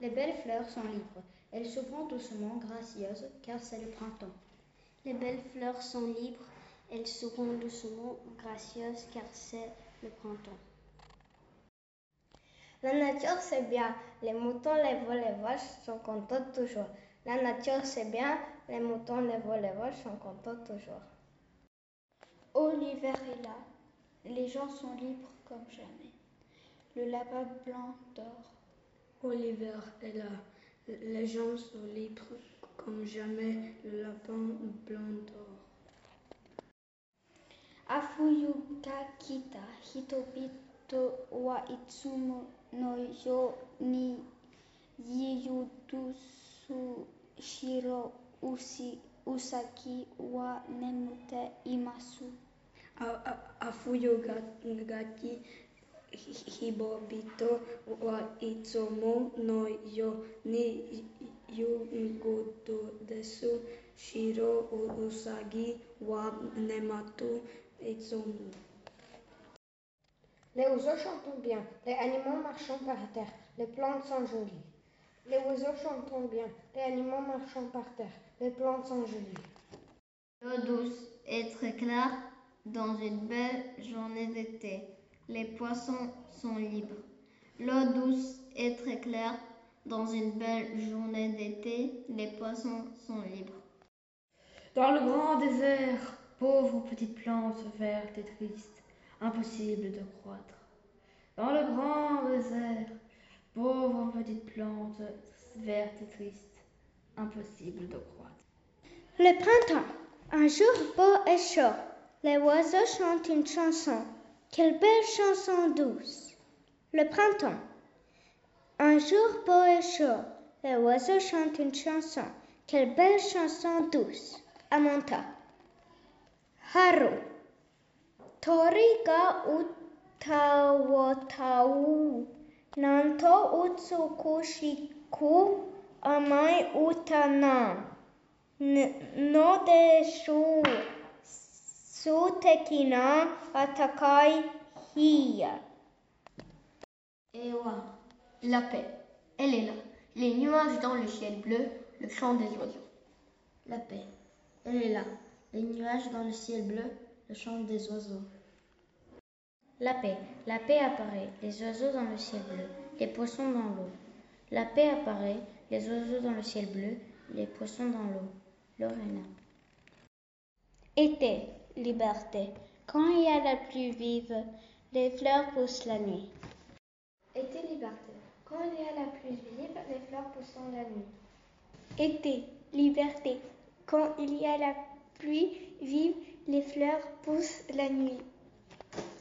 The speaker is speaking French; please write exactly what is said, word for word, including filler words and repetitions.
Les belles fleurs sont libres. Elles s'ouvrent doucement, gracieuses, car c'est le printemps. Les belles fleurs sont libres. Elles s'ouvrent doucement, gracieuses, car c'est le printemps. La nature c'est bien. Les moutons, les veaux, les vaches sont contents toujours. La nature c'est bien. Les moutons, les veaux, les vaches sont contents toujours. Oh, l'hiver est là. Les gens sont libres comme jamais. Le lapin blanc dort. Oh, l'hiver est là. Les gens sont libres comme jamais. Le lapin blanc dort. Afuyuka kita hitopito wa itsumo no yo ni yiyudusu shiro usi usaki wa nemute imasu. Afuyugaki hibobito wa itsumo no yo ni yugudesu shiro usagi wa nematu itsumo. Les oiseaux chantent bien, les animaux marchant par terre, les plantes sont jolies. Les oiseaux chantent bien, les animaux marchant par terre, les plantes sont jolies. L'eau douce est très claire dans une belle journée d'été. Les poissons sont libres. L'eau douce est très claire dans une belle journée d'été. Les poissons sont libres. Dans le grand désert, pauvre petite plante verte et triste, impossible de croître. Dans le grand désert, pauvre petite plante verte et triste, impossible de croître. Le printemps, un jour beau et chaud, les oiseaux chantent une chanson. Quelle belle chanson douce! Le printemps, un jour beau et chaud, les oiseaux chantent une chanson. Quelle belle chanson douce! Amanta. Haru. Tori ga utawotau. Nanto utsukushiku amai utana. No deshu sutekina atakai hiya. Ewa, la paix, elle est là. Les nuages dans le ciel bleu, le chant des oiseaux. La paix, elle est là. Les nuages dans le ciel bleu, le chant des oiseaux. La paix, la paix apparaît, les oiseaux dans le ciel bleu, les poissons dans l'eau. La paix apparaît, les oiseaux dans le ciel bleu, les poissons dans l'eau. Lorena. Été, liberté. Quand il y a la pluie vive, les fleurs poussent la nuit. Été, liberté. Quand il y a la pluie vive, les fleurs poussent dans la nuit. Été, liberté. Quand il y a la pluie vive, les fleurs poussent la nuit.